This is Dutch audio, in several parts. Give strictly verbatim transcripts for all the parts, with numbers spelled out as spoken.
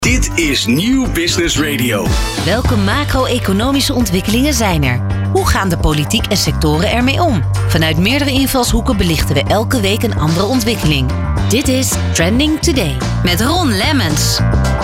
Dit is Nieuw Business Radio. Welke macro-economische ontwikkelingen zijn er? Hoe gaan de politiek en sectoren ermee om? Vanuit meerdere invalshoeken belichten we elke week een andere ontwikkeling. Dit is Trending Today met Ron Lemmens.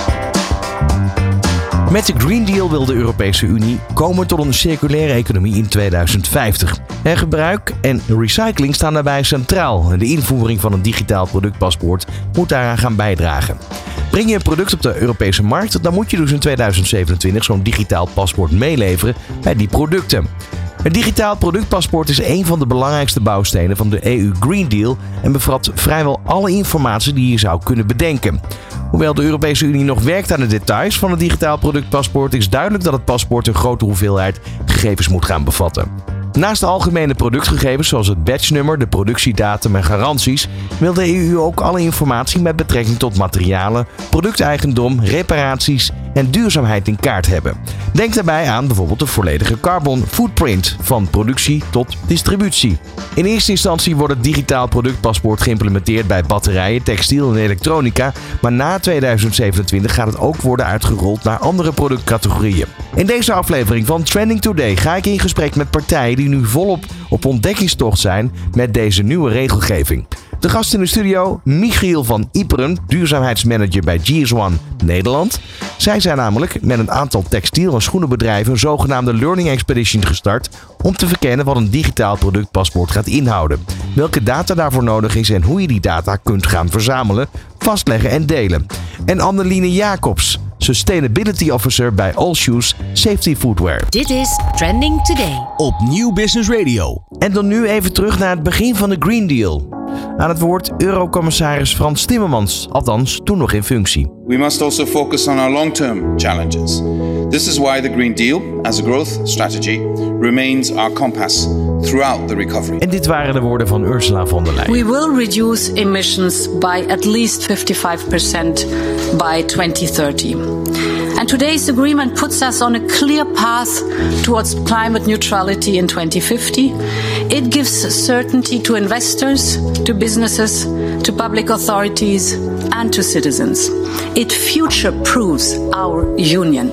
Met de Green Deal wil de Europese Unie komen tot een circulaire economie in tweeduizend vijftig. Hergebruik en recycling staan daarbij centraal. De invoering van een digitaal productpaspoort moet daaraan gaan bijdragen. Breng je een product op de Europese markt, dan moet je dus in tweeduizend zevenentwintig zo'n digitaal paspoort meeleveren bij die producten. Het digitaal productpaspoort is een van de belangrijkste bouwstenen van de E U Green Deal en bevat vrijwel alle informatie die je zou kunnen bedenken. Hoewel de Europese Unie nog werkt aan de details van het digitaal productpaspoort, is duidelijk dat het paspoort een grote hoeveelheid gegevens moet gaan bevatten. Naast de algemene productgegevens zoals het batchnummer, de productiedatum en garanties, wil de E U ook alle informatie met betrekking tot materialen, producteigendom, reparaties en duurzaamheid in kaart hebben. Denk daarbij aan bijvoorbeeld de volledige carbon footprint van productie tot distributie. In eerste instantie wordt het digitaal productpaspoort geïmplementeerd bij batterijen, textiel en elektronica, maar na tweeduizend zevenentwintig gaat het ook worden uitgerold naar andere productcategorieën. In deze aflevering van Trending Today ga ik in gesprek met partijen die nu volop op ontdekkingstocht zijn met deze nieuwe regelgeving. De gast in de studio, Michiel van Iperen, duurzaamheidsmanager bij G S one Nederland. Zij zijn namelijk met een aantal textiel- en schoenenbedrijven een zogenaamde Learning Expedition gestart om te verkennen wat een digitaal productpaspoort gaat inhouden. Welke data daarvoor nodig is en hoe je die data kunt gaan verzamelen, vastleggen en delen. En Anneline Jacobs, Sustainability Officer bij Allshoes Safety Footwear. Dit is Trending Today Op Nieuw Business Radio. En dan nu even terug naar het begin van de Green Deal. Aan het woord Eurocommissaris Frans Timmermans, althans toen nog in functie. We must also focus on our long-term challenges. This is why the Green Deal, as a growth strategy, remains our compass throughout the recovery. En dit waren de woorden van Ursula von der Leyen. We will reduce emissions by at least fifty-five percent by twenty thirty. And today's agreement puts us on a clear path towards climate neutrality in twenty fifty. It gives certainty to investors, to businesses, to public authorities and to citizens. It future-proofs our union.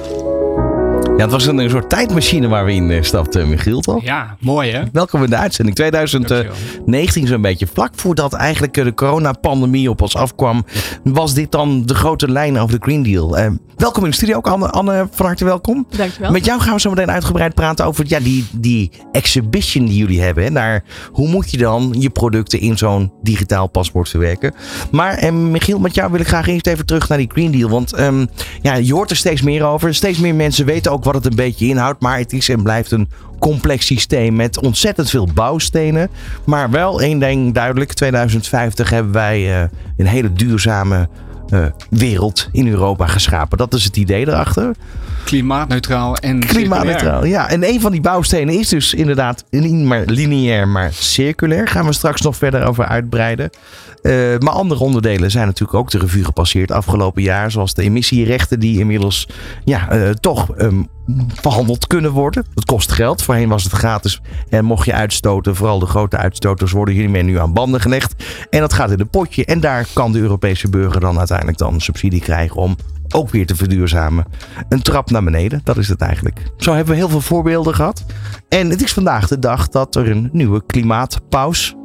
Ja, het was een soort tijdmachine waar we in stapten, Michiel, toch? Ja, mooi hè? Welkom in de uitzending. twintig negentien zo'n beetje. Vlak voordat eigenlijk de coronapandemie op ons afkwam, was dit dan de grote lijn over de Green Deal. Uh, welkom in de studio ook, Anne. Anne, van harte welkom. Dankjewel. Met jou gaan we zo meteen uitgebreid praten over ja, die, die exhibition die jullie hebben. Hè, naar hoe moet je dan je producten in zo'n digitaal paspoort verwerken. Maar uh, Michiel, met jou wil ik graag eerst even terug naar die Green Deal. Want um, ja, je hoort er steeds meer over. Steeds meer mensen weten ook wat het een beetje inhoudt. Maar het is en blijft een complex systeem met ontzettend veel bouwstenen. Maar wel één ding duidelijk. tweeduizend vijftig hebben wij uh, een hele duurzame uh, wereld in Europa geschapen. Dat is het idee erachter. Klimaatneutraal en Klimaatneutraal, circulair. ja. En een van die bouwstenen is dus inderdaad niet maar lineair, maar circulair. Gaan we straks nog verder over uitbreiden. Uh, maar andere onderdelen zijn natuurlijk ook de revue gepasseerd afgelopen jaar. Zoals de emissierechten die inmiddels ja, uh, toch um, verhandeld kunnen worden. Dat kost geld. Voorheen was het gratis. En mocht je uitstoten, vooral de grote uitstoters, worden hiermee nu aan banden gelegd. En dat gaat in een potje. En daar kan de Europese burger dan uiteindelijk dan subsidie krijgen om ook weer te verduurzamen. Een trap naar beneden, dat is het eigenlijk. Zo hebben we heel veel voorbeelden gehad. En het is vandaag de dag dat er een nieuwe klimaatpaus...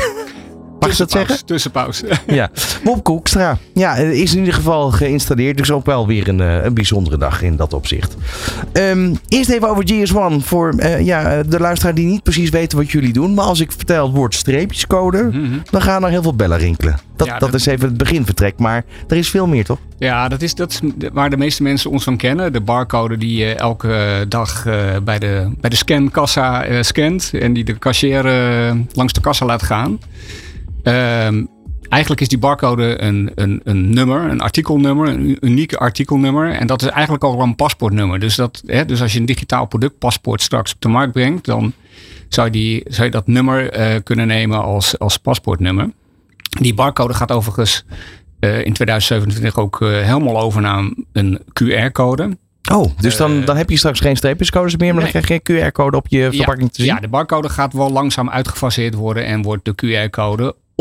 Mag je dat zeggen? Tussenpauze. Ja. Bob Koekstra. Ja, is in ieder geval geïnstalleerd. Dus ook wel weer een, een bijzondere dag in dat opzicht. Um, eerst even over G S one. Voor uh, ja, de luisteraar die niet precies weten wat jullie doen. Maar als ik vertel het woord streepjescode, mm-hmm. dan gaan er heel veel bellen rinkelen. Dat, ja, dat, dat is even het beginvertrek. Maar er is veel meer, toch? Ja, dat is, dat is waar de meeste mensen ons van kennen. De barcode die je elke dag uh, bij de, bij de scankassa uh, scant. En die de cashier uh, langs de kassa laat gaan. Um, eigenlijk is die barcode een, een, een nummer, een artikelnummer, een unieke artikelnummer. En dat is eigenlijk al een paspoortnummer. Dus, dat, hè, dus als je een digitaal productpaspoort straks op de markt brengt, dan zou, die, zou je dat nummer uh, kunnen nemen als, als paspoortnummer. Die barcode gaat overigens uh, in tweeduizend zevenentwintig ook uh, helemaal over naar een Q R-code. Oh, dus dan, dan heb je straks geen streepjescodes meer, maar nee. Dan krijg je een Q R-code op je verpakking ja, te zien? Ja, de barcode gaat wel langzaam uitgefaseerd worden en wordt de Q R-code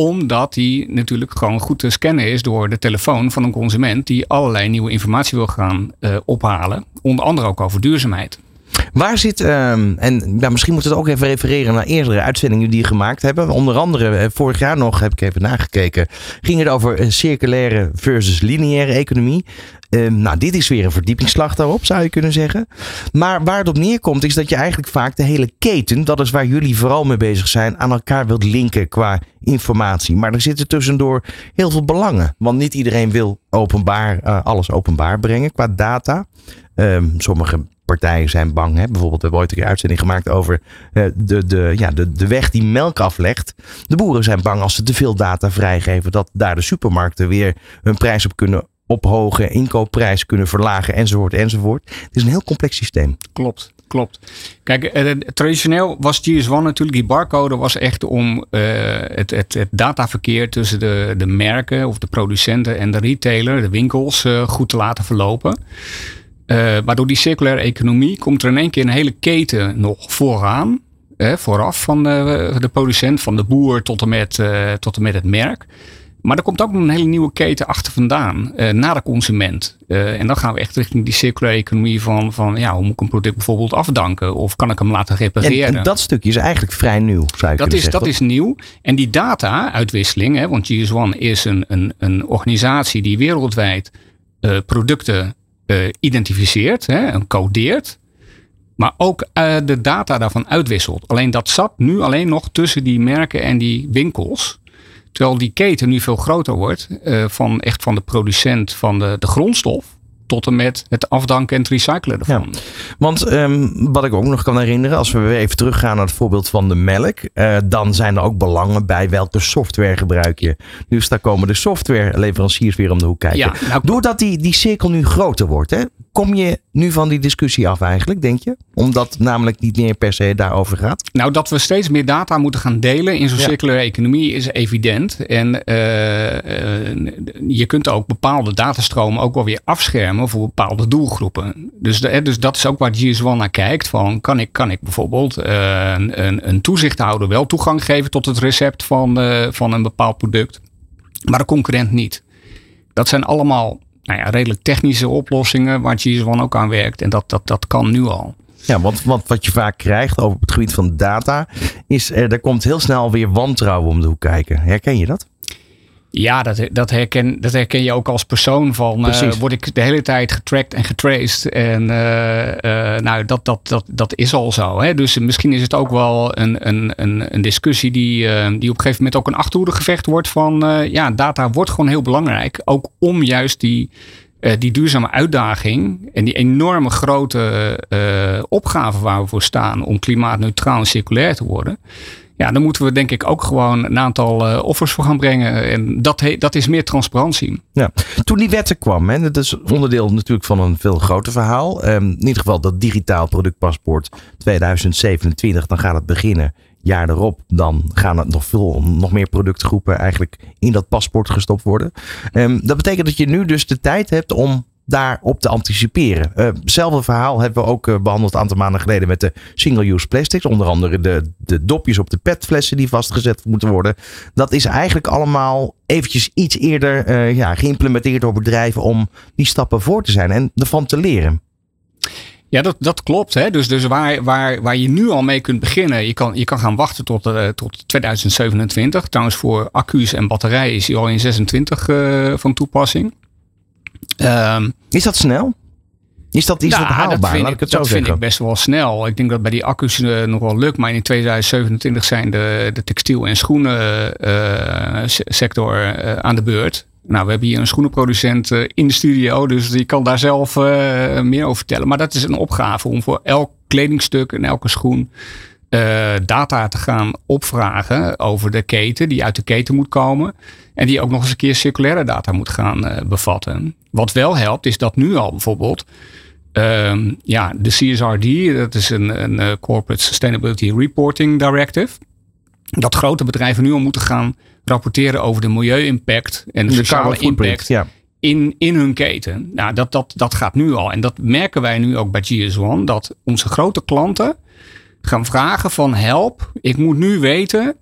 Omdat die natuurlijk gewoon goed te scannen is door de telefoon van een consument die allerlei nieuwe informatie wil gaan uh, ophalen. Onder andere ook over duurzaamheid. Waar zit, um, en ja, misschien moeten we het ook even refereren naar eerdere uitzendingen die je gemaakt hebben. Onder andere, vorig jaar nog, heb ik even nagekeken, ging het over een circulaire versus lineaire economie. Um, nou, dit is weer een verdiepingsslag daarop, zou je kunnen zeggen. Maar waar het op neerkomt is dat je eigenlijk vaak de hele keten, dat is waar jullie vooral mee bezig zijn, aan elkaar wilt linken qua informatie. Maar er zitten tussendoor heel veel belangen. Want niet iedereen wil openbaar, uh, alles openbaar brengen qua data. Um, sommige partijen zijn bang. Hè? Bijvoorbeeld, we hebben ooit een keer uitzending gemaakt over uh, de, de, ja, de, de weg die melk aflegt. De boeren zijn bang als ze te veel data vrijgeven, dat daar de supermarkten weer hun prijs op kunnen ophogen, inkoopprijs kunnen verlagen, enzovoort, enzovoort. Het is een heel complex systeem. Klopt, klopt. Kijk, eh, traditioneel was G S one natuurlijk, die barcode was echt om eh, het, het, het dataverkeer tussen de, de merken of de producenten en de retailer, de winkels, eh, goed te laten verlopen. Uh, maar door die circulaire economie komt er in één keer een hele keten nog vooraan. Eh, vooraf van de, de producent, van de boer tot en, met, uh, tot en met het merk. Maar er komt ook nog een hele nieuwe keten achter vandaan. Uh, naar de consument. Uh, en dan gaan we echt richting die circulaire economie van, van ja, hoe moet ik een product bijvoorbeeld afdanken? Of kan ik hem laten repareren? En, en dat stukje is eigenlijk vrij nieuw, zou je dat is, zeggen. Dat is nieuw. En die data-uitwisseling, hè, want G S one is een, een, een organisatie die wereldwijd uh, producten Uh, identificeert, hè, en codeert, maar ook uh, de data daarvan uitwisselt. Alleen dat zat nu alleen nog tussen die merken en die winkels. Terwijl die keten nu veel groter wordt, uh, van echt van de producent van de, de grondstof tot en met het afdanken en het recyclen ervan. Ja, want um, wat ik ook nog kan herinneren, als we weer even teruggaan naar het voorbeeld van de melk, uh, dan zijn er ook belangen bij welke software gebruik je. Dus daar komen de softwareleveranciers weer om de hoek kijken. Ja, nou, doordat die, die cirkel nu groter wordt, hè, kom je nu van die discussie af eigenlijk, denk je? Omdat namelijk niet meer per se daarover gaat? Nou, dat we steeds meer data moeten gaan delen in zo'n ja. circulaire economie is evident. En uh, uh, je kunt ook bepaalde datastromen ook wel weer afschermen voor bepaalde doelgroepen. Dus, de, dus dat is ook waar G S one naar kijkt. Van, kan, ik, kan ik bijvoorbeeld uh, een, een toezichthouder wel toegang geven tot het recept van, uh, van een bepaald product, maar de concurrent niet. Dat zijn allemaal nou ja, redelijk technische oplossingen waar G S one ook aan werkt. En dat, dat, dat kan nu al. Ja, want, want wat je vaak krijgt over het gebied van data is er, er komt heel snel weer wantrouwen om de hoek kijken. Herken je dat? Ja, dat, dat, herken, dat herken je ook als persoon van, uh, word ik de hele tijd getracked en getraced. En uh, uh, nou, dat, dat, dat, dat is al zo. Hè? Dus misschien is het ook wel een, een, een, een discussie die, uh, die op een gegeven moment ook een achterhoedegevecht wordt van, uh, ja, data wordt gewoon heel belangrijk. Ook om juist die, uh, die duurzame uitdaging en die enorme grote uh, opgave waar we voor staan om klimaatneutraal en circulair te worden. Ja, dan moeten we denk ik ook gewoon een aantal uh, offers voor gaan brengen. En dat, he, dat is meer transparantie. Ja. Toen die wet er kwam, hè, dat is onderdeel natuurlijk van een veel groter verhaal. Um, in ieder geval dat digitaal productpaspoort tweeduizend zevenentwintig, dan gaat het beginnen. Jaar erop, dan gaan er nog veel, nog meer productgroepen eigenlijk in dat paspoort gestopt worden. Um, dat betekent dat je nu dus de tijd hebt om daarop te anticiperen. Uh, hetzelfde verhaal hebben we ook uh, behandeld een aantal maanden geleden met de single-use plastics. Onder andere de, de dopjes op de petflessen die vastgezet moeten worden. Dat is eigenlijk allemaal eventjes iets eerder uh, ja, geïmplementeerd door bedrijven om die stappen voor te zijn en ervan te leren. Ja, dat, dat klopt. Hè? Dus, dus waar, waar, waar je nu al mee kunt beginnen. Je kan, je kan gaan wachten tot, uh, tot tweeduizend zevenentwintig. Trouwens voor accu's en batterijen is die al in zesentwintig uh, van toepassing. Um, is dat snel? Is dat, is nou, dat haalbaar? Dat vind, Laat ik het dat zo vind zeggen. ik best wel snel. Ik denk dat bij die accu's uh, nog wel lukt. Maar in tweeduizend zevenentwintig zijn de, de textiel- en schoenen uh, sector uh, aan de beurt. Nou, we hebben hier een schoenenproducent uh, in de studio. Dus die kan daar zelf uh, meer over vertellen. Maar dat is een opgave om voor elk kledingstuk en elke schoen Uh, data te gaan opvragen over de keten die uit de keten moet komen. En die ook nog eens een keer circulaire data moet gaan uh, bevatten. Wat wel helpt is dat nu al bijvoorbeeld uh, ja, de C S R D, dat is een, een uh, Corporate Sustainability Reporting Directive. Dat grote bedrijven nu al moeten gaan rapporteren over de milieu-impact en de, de sociale impact ja. in, in hun keten. Nou, dat, dat, dat gaat nu al. En dat merken wij nu ook bij G S one, dat onze grote klanten gaan vragen van help, ik moet nu weten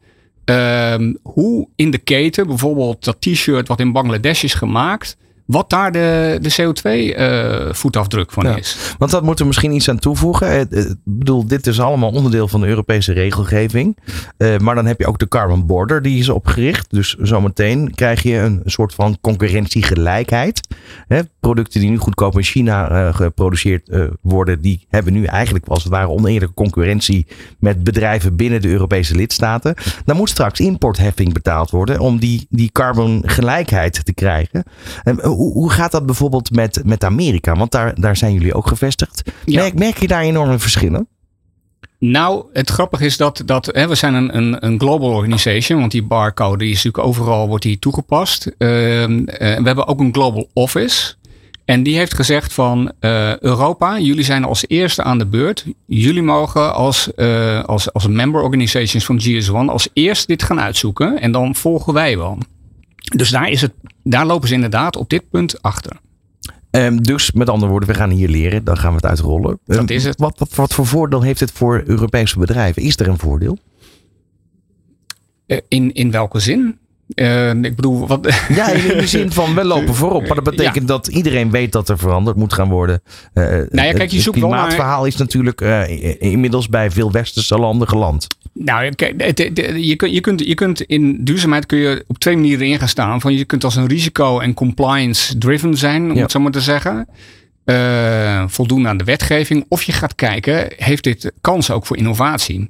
uh, hoe in de keten, bijvoorbeeld dat t-shirt wat in Bangladesh is gemaakt, wat daar de, de C O twee uh, voetafdruk van ja, is. Want dat moeten we misschien iets aan toevoegen. Ik uh, bedoel, dit is allemaal onderdeel van de Europese regelgeving. Uh, maar dan heb je ook de Carbon Border, die is opgericht. Dus zometeen krijg je een soort van concurrentiegelijkheid. Hè, producten die nu goedkoop in China uh, geproduceerd uh, worden, die hebben nu eigenlijk als het ware oneerlijke concurrentie met bedrijven binnen de Europese lidstaten. Dan moet straks importheffing betaald worden om die, die carbongelijkheid te krijgen. Uh, Hoe, hoe gaat dat bijvoorbeeld met, met Amerika? Want daar, daar zijn jullie ook gevestigd. Ja. Merk, merk je daar enorme verschillen? Nou, het grappige is dat, dat hè, we zijn een, een, een global organization. Want die barcode die is natuurlijk overal wordt die toegepast. Uh, uh, we hebben ook een global office. En die heeft gezegd van uh, Europa, jullie zijn als eerste aan de beurt. Jullie mogen als, uh, als, als member organizations van G S één als eerste dit gaan uitzoeken. En dan volgen wij wel. Dus daar, is het, daar lopen ze inderdaad op dit punt achter. Um, dus met andere woorden, we gaan hier leren. Dan gaan we het uitrollen. Dat um, is het. Wat, wat, wat voor voordeel heeft het voor Europese bedrijven? Is er een voordeel? Uh, in, in welke zin? Uh, ik bedoel, wat... Ja, in de zin van we lopen voorop. Maar dat betekent ja. dat iedereen weet dat er veranderd moet gaan worden. Uh, nou ja, kijk, je het zoekt klimaatverhaal wel naar... is natuurlijk uh, inmiddels bij veel westerse landen geland. Nou, kijk, je kunt, je, kunt, je kunt in duurzaamheid kun je op twee manieren in gaan staan. Van je kunt als een risico- en compliance-driven zijn, om ja. het zo maar te zeggen. Uh, voldoen aan de wetgeving. Of je gaat kijken, heeft dit kans ook voor innovatie?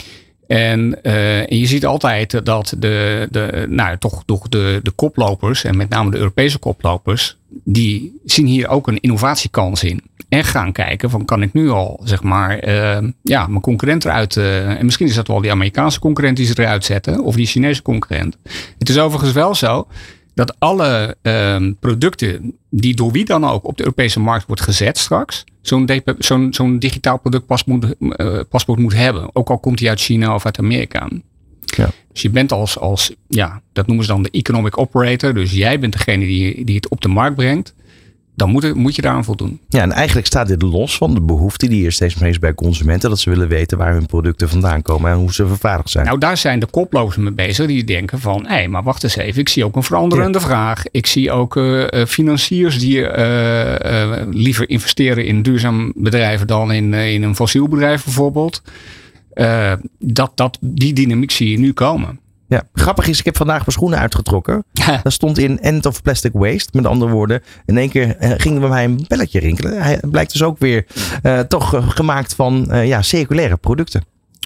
En, uh, en je ziet altijd dat de, de, nou, toch, toch de, de koplopers, en met name de Europese koplopers, die zien hier ook een innovatiekans in. En gaan kijken van, kan ik nu al, zeg maar, uh, ja, mijn concurrent eruit, uh, en misschien is dat wel die Amerikaanse concurrent die ze eruit zetten, of die Chinese concurrent. Het is overigens wel zo dat alle uh, producten die door wie dan ook op de Europese markt wordt gezet straks, zo'n, de, zo'n, zo'n digitaal productpaspoort uh, paspoort moet hebben. Ook al komt die uit China of uit Amerika. Ja. Dus je bent als, als, ja, dat noemen ze dan de economic operator. Dus jij bent degene die, die het op de markt brengt. Dan moet, het, moet je daaraan voldoen. Ja, en eigenlijk staat dit los van de behoefte die er steeds meer is bij consumenten. Dat ze willen weten waar hun producten vandaan komen en hoe ze vervaardigd zijn. Nou, daar zijn de koplopers mee bezig. Die denken van, hé, hey, maar wacht eens even. Ik zie ook een veranderende ja. vraag. Ik zie ook uh, financiers die uh, uh, liever investeren in duurzaam bedrijven dan in, uh, in een fossiel bedrijf bijvoorbeeld. Uh, dat, dat, die dynamiek zie je nu komen. Ja, grappig is, ik heb vandaag mijn schoenen uitgetrokken. Ja. Daar stond in End of Plastic Waste. Met andere woorden, in één keer uh, ging bij mij een belletje rinkelen. Hij blijkt dus ook weer uh, toch uh, gemaakt van uh, ja, circulaire producten.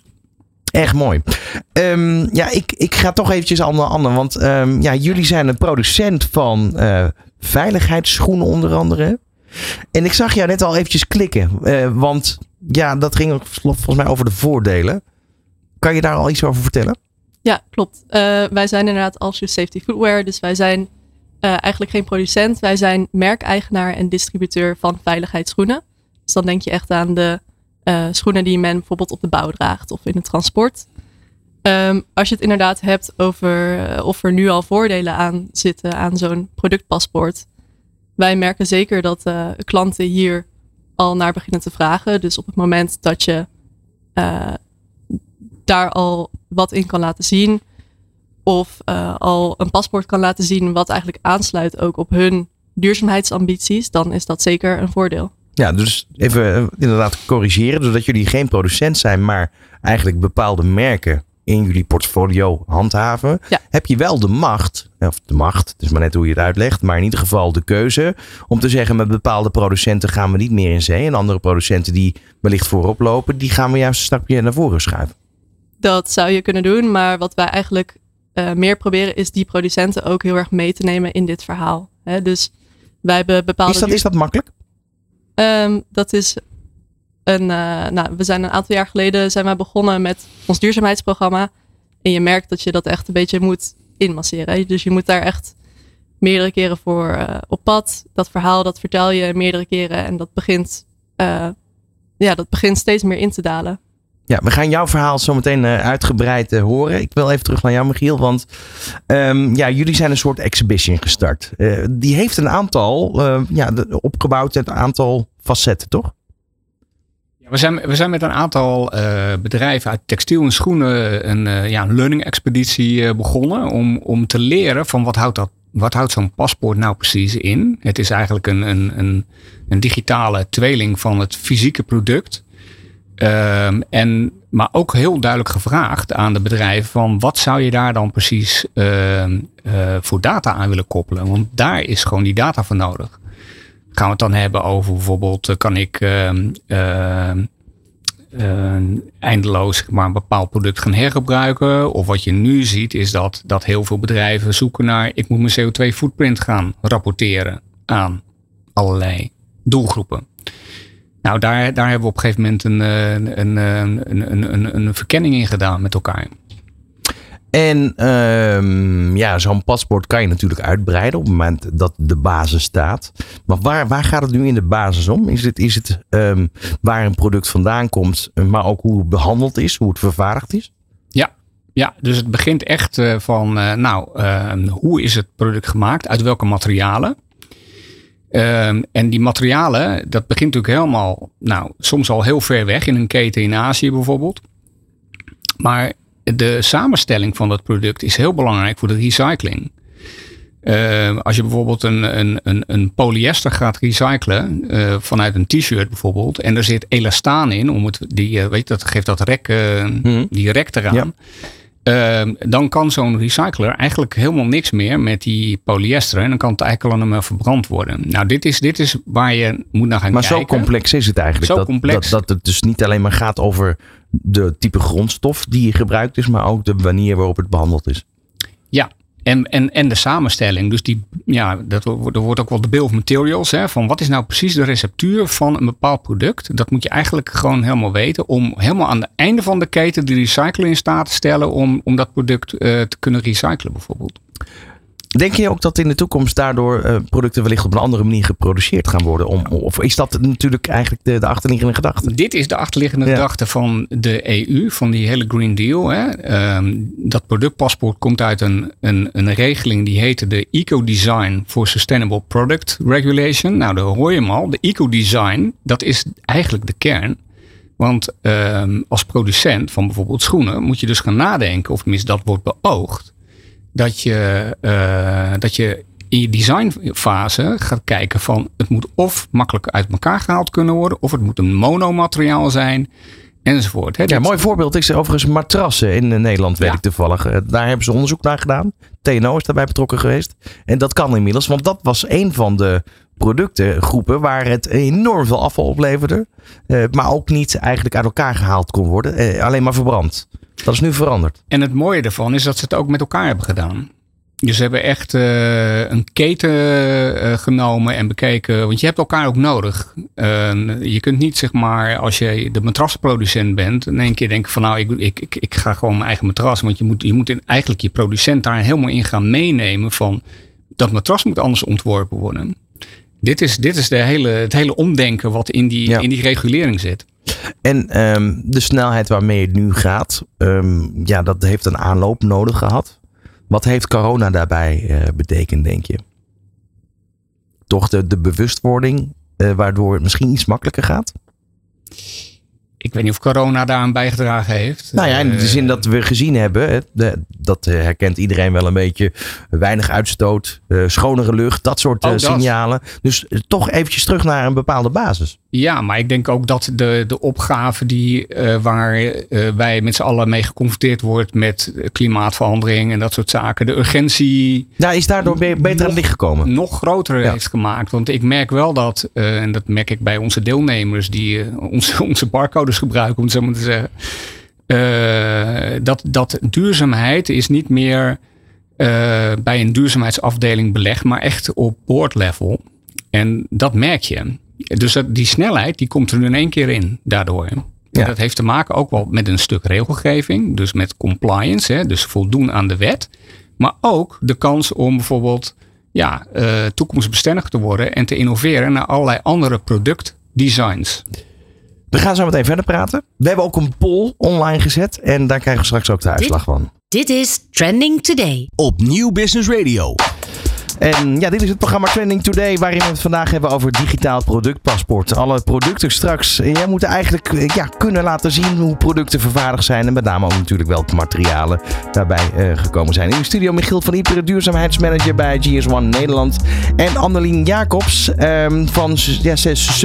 Erg mooi. Um, ja, ik, ik ga toch eventjes aan de ander. Want um, ja, jullie zijn een producent van uh, veiligheidsschoenen onder andere. En ik zag jou net al eventjes klikken. Uh, want ja, dat ging volgens mij over de voordelen. Kan je daar al iets over vertellen? Ja, klopt. Uh, wij zijn inderdaad Allshoes Safety Footwear. Dus wij zijn uh, eigenlijk geen producent. Wij zijn merkeigenaar en distributeur van veiligheidsschoenen. Dus dan denk je echt aan de uh, schoenen die men bijvoorbeeld op de bouw draagt of in het transport. Um, als je het inderdaad hebt over uh, of er nu al voordelen aan zitten aan zo'n productpaspoort. Wij merken zeker dat uh, klanten hier al naar beginnen te vragen. Dus op het moment dat je uh, daar al wat in kan laten zien. Of uh, al een paspoort kan laten zien wat eigenlijk aansluit ook op hun duurzaamheidsambities. Dan is dat zeker een voordeel. Ja, dus even inderdaad corrigeren. Doordat jullie geen producent zijn, maar eigenlijk bepaalde merken in jullie portfolio handhaven. Ja. Heb je wel de macht, of de macht, het is maar net hoe je het uitlegt. Maar in ieder geval de keuze om te zeggen met bepaalde producenten gaan we niet meer in zee. En andere producenten die wellicht voorop lopen, die gaan we juist een stapje naar voren schuiven. Dat zou je kunnen doen, maar wat wij eigenlijk uh, meer proberen is die producenten ook heel erg mee te nemen in dit verhaal. He, dus wij hebben bepaalde... Is dat, is dat makkelijk? Um, dat is een... Uh, nou, we zijn een aantal jaar geleden zijn wij begonnen met ons duurzaamheidsprogramma. En je merkt dat je dat echt een beetje moet inmasseren. He. Dus je moet daar echt meerdere keren voor uh, op pad. Dat verhaal, dat vertel je meerdere keren en dat begint, uh, ja, dat begint steeds meer in te dalen. Ja, we gaan jouw verhaal zo meteen uh, uitgebreid uh, horen. Ik wil even terug naar jou, Michiel. Want um, ja, jullie zijn een soort exhibition gestart. Uh, die heeft een aantal, uh, ja, de, opgebouwd uit een aantal facetten, toch? Ja, we zijn, we zijn met een aantal uh, bedrijven uit textiel en schoenen een, uh, ja, een learning expeditie uh, begonnen. Om, om te leren van wat houdt, dat, wat houdt zo'n paspoort nou precies in. Het is eigenlijk een, een, een, een digitale tweeling van het fysieke product. Um, en, maar ook heel duidelijk gevraagd aan de bedrijven van wat zou je daar dan precies uh, uh, voor data aan willen koppelen. Want daar is gewoon die data voor nodig. Gaan we het dan hebben over bijvoorbeeld, kan ik uh, uh, uh, eindeloos zeg maar, een bepaald product gaan hergebruiken. Of wat je nu ziet is dat, dat heel veel bedrijven zoeken naar, ik moet mijn C O twee footprint gaan rapporteren aan allerlei doelgroepen. Nou, daar, daar hebben we op een gegeven moment een, een, een, een, een, een, een verkenning in gedaan met elkaar. En um, ja, zo'n paspoort kan je natuurlijk uitbreiden op het moment dat de basis staat. Maar waar, waar gaat het nu in de basis om? Is het, is het um, waar een product vandaan komt, maar ook hoe het behandeld is, hoe het vervaardigd is? Ja, ja dus het begint echt uh, van, uh, nou, uh, hoe is het product gemaakt? Uit welke materialen? Um, en die materialen, dat begint natuurlijk helemaal, nou, soms al heel ver weg in een keten in Azië bijvoorbeeld. Maar de samenstelling van dat product is heel belangrijk voor de recycling. Uh, als je bijvoorbeeld een, een, een, een polyester gaat recyclen uh, vanuit een t-shirt bijvoorbeeld. En er zit elastaan in, om het, die, uh, weet je, dat geeft dat rek, uh, hmm. die rek eraan. Ja. Uh, dan kan zo'n recycler eigenlijk helemaal niks meer met die polyester. En dan kan het eigenlijk alleen maar verbrand worden. Nou, dit is, dit is waar je moet naar gaan maar kijken. Maar zo complex is het eigenlijk. Zo dat, complex. Dat, dat het dus niet alleen maar gaat over de type grondstof die gebruikt is, maar ook de manier waarop het behandeld is. Ja, en, en, en de samenstelling. Dus die, ja, dat, er wordt ook wel de bill of materials. Hè, van wat is nou precies de receptuur van een bepaald product? Dat moet je eigenlijk gewoon helemaal weten. Om helemaal aan het einde van de keten de recycler in staat te stellen. Om, om dat product uh, te kunnen recyclen bijvoorbeeld. Denk je ook dat in de toekomst daardoor uh, producten wellicht op een andere manier geproduceerd gaan worden? Om, of is dat natuurlijk eigenlijk de, de achterliggende gedachte? Dit is de achterliggende ja. gedachte van de E U, van die hele Green Deal. Hè. Um, dat productpaspoort komt uit een, een, een regeling die heette de Eco-Design for Sustainable Product Regulation. Nou, daar hoor je hem al. De Eco-Design, dat is eigenlijk de kern. Want um, als producent van bijvoorbeeld schoenen moet je dus gaan nadenken, of tenminste dat wordt beoogd. Dat je, uh, dat je in je designfase gaat kijken van het moet of makkelijk uit elkaar gehaald kunnen worden. Of het moet een monomateriaal zijn enzovoort. Hè. Ja, een mooi voorbeeld is overigens matrassen in Nederland, weet ja. ik toevallig. Daar hebben ze onderzoek naar gedaan. T N O is daarbij betrokken geweest. En dat kan inmiddels, want dat was een van de productengroepen waar het enorm veel afval opleverde. Uh, maar ook niet eigenlijk uit elkaar gehaald kon worden. Uh, alleen maar verbrand. Dat is nu veranderd. En het mooie ervan is dat ze het ook met elkaar hebben gedaan. Dus ze hebben echt uh, een keten uh, genomen en bekeken. Want je hebt elkaar ook nodig. Uh, je kunt niet, zeg maar, als je de matrasproducent bent, in één keer denken van nou, ik, ik, ik, ik ga gewoon mijn eigen matras. Want je moet, je moet in, eigenlijk je producent daar helemaal in gaan meenemen van dat matras moet anders ontworpen worden. Dit is, dit is de hele, het hele omdenken wat in die, ja. in die regulering zit. En um, de snelheid waarmee het nu gaat, um, ja, dat heeft een aanloop nodig gehad. Wat heeft corona daarbij uh, betekend, denk je? Toch de, de bewustwording, uh, waardoor het misschien iets makkelijker gaat? Ik weet niet of corona daaraan bijgedragen heeft. Nou ja, in de zin dat we gezien hebben, de, dat herkent iedereen wel een beetje, weinig uitstoot, uh, schonere lucht, dat soort uh, oh, dat. signalen. Dus uh, toch eventjes terug naar een bepaalde basis. Ja, maar ik denk ook dat de, de opgave die, uh, waar uh, wij met z'n allen mee geconfronteerd wordt met klimaatverandering en dat soort zaken, de urgentie. Nou, is daardoor be- beter nog, aan het licht gekomen? Nog groter ja. heeft gemaakt. Want ik merk wel dat, uh, en dat merk ik bij onze deelnemers die uh, onze, onze barcodes gebruiken, om het zo maar te zeggen. Uh, dat, dat duurzaamheid is niet meer uh, bij een duurzaamheidsafdeling belegd, maar echt op board level. En dat merk je. Dus dat, die snelheid die komt er nu in één keer in daardoor. Ja. Dat heeft te maken ook wel met een stuk regelgeving. Dus met compliance, hè, dus voldoen aan de wet. Maar ook de kans om bijvoorbeeld ja, uh, toekomstbestendig te worden en te innoveren naar allerlei andere productdesigns. We gaan zo meteen verder praten. We hebben ook een poll online gezet en daar krijgen we straks ook de uitslag dit, van. Dit is Trending Today op Nieuw Business Radio. En ja, dit is het programma Trending Today, waarin we het vandaag hebben over het digitaal productpaspoort. Alle producten straks. Jij moet eigenlijk ja, kunnen laten zien hoe producten vervaardigd zijn. En met name ook natuurlijk welke materialen daarbij uh, gekomen zijn. In de studio Michiel van Iperen, duurzaamheidsmanager bij G S one Nederland. En Annelien Jacobs um, van ja,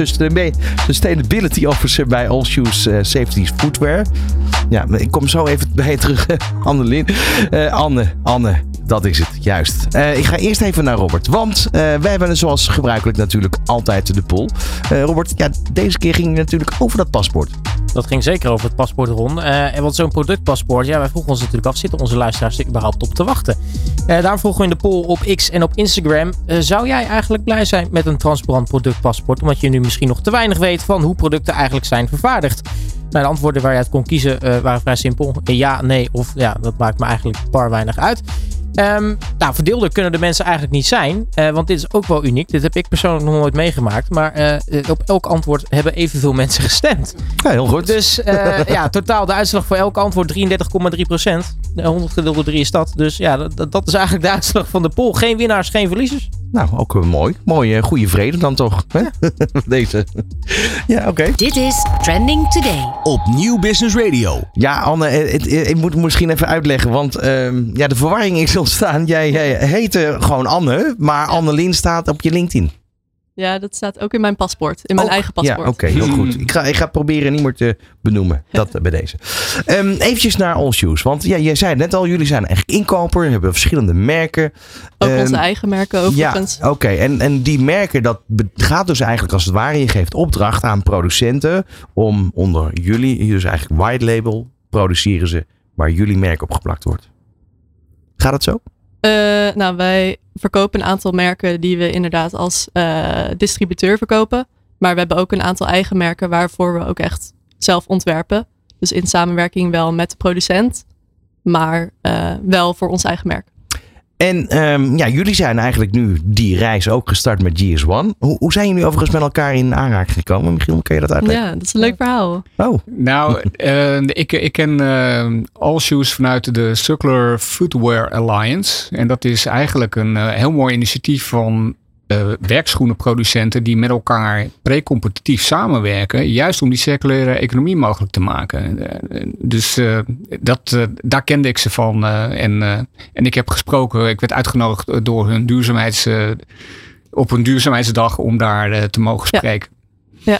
Sustainability Officer bij All Shoes uh, Safety Footwear. Ja, ik kom zo even bij je terug, Annelien. Uh, Anne, Anne, dat is het, juist. Uh, ik ga eerst even naar Robert, want uh, wij hebben zoals gebruikelijk natuurlijk altijd de poll. Uh, Robert, ja, deze keer ging het natuurlijk over dat paspoort. Dat ging zeker over het paspoort, Ron. Uh, en want zo'n productpaspoort, ja, wij vroegen ons natuurlijk af, zitten onze luisteraars er überhaupt op te wachten? Uh, daarom vroegen we in de poll op X en op Instagram, uh, zou jij eigenlijk blij zijn met een transparant productpaspoort? Omdat je nu misschien nog te weinig weet van hoe producten eigenlijk zijn vervaardigd. Nou, de antwoorden waar je uit kon kiezen uh, waren vrij simpel. Ja, nee of ja, dat maakt me eigenlijk bar weinig uit. Um, nou, verdeelder kunnen de mensen eigenlijk niet zijn. Uh, want dit is ook wel uniek. Dit heb ik persoonlijk nog nooit meegemaakt. Maar uh, op elk antwoord hebben evenveel mensen gestemd. Ja, heel goed. Dus uh, ja, totaal de uitslag voor elk antwoord drieëndertig komma drie procent. honderd gedeeld door drie is dat. Dus ja, dat, dat is eigenlijk de uitslag van de poll. Geen winnaars, geen verliezers. Nou, ook uh, mooi. Mooie, goede vrede dan toch. Hè? Ja. Deze. Ja, oké. Okay. Dit is Trending Today. Op Nieuw Business Radio. Ja, Anne, ik moet misschien even uitleggen. Want uh, ja, de verwarring is ontstaan. Jij, jij heette gewoon Anne, maar Annelien staat op je LinkedIn. Ja, dat staat ook in mijn paspoort. In mijn oh, eigen paspoort. Ja, oké, okay, heel goed. Ik ga, ik ga proberen niet meer te benoemen. Dat bij deze. Um, eventjes naar All Shoes. Want ja, jij zei het net al, jullie zijn eigenlijk inkoper. Hebben verschillende merken. Ook um, onze eigen merken overigens. Ja, oké. Okay. En, en die merken, dat gaat dus eigenlijk als het ware. Je geeft opdracht aan producenten om onder jullie, dus eigenlijk white label, produceren ze waar jullie merk op geplakt wordt. Gaat het zo? Uh, nou, wij verkopen een aantal merken die we inderdaad als uh, distributeur verkopen. Maar we hebben ook een aantal eigen merken waarvoor we ook echt zelf ontwerpen. Dus in samenwerking wel met de producent, maar uh, wel voor ons eigen merk. En um, ja, jullie zijn eigenlijk nu die reis ook gestart met G S one. Hoe, hoe zijn jullie overigens met elkaar in aanraking gekomen? Michiel, kan je dat uitleggen? Ja, dat is een leuk verhaal. Oh. Nou, uh, ik, ik ken uh, All Shoes vanuit de Circular Footwear Alliance. En dat is eigenlijk een uh, heel mooi initiatief van uh, werkschoenenproducenten die met elkaar pre-competitief samenwerken. Juist om die circulaire economie mogelijk te maken. Uh, dus uh, dat, uh, daar kende ik ze van. Uh, en, uh, en ik heb gesproken, ik werd uitgenodigd door hun duurzaamheids, uh, op een duurzaamheidsdag om daar uh, te mogen spreken. Ja. ja.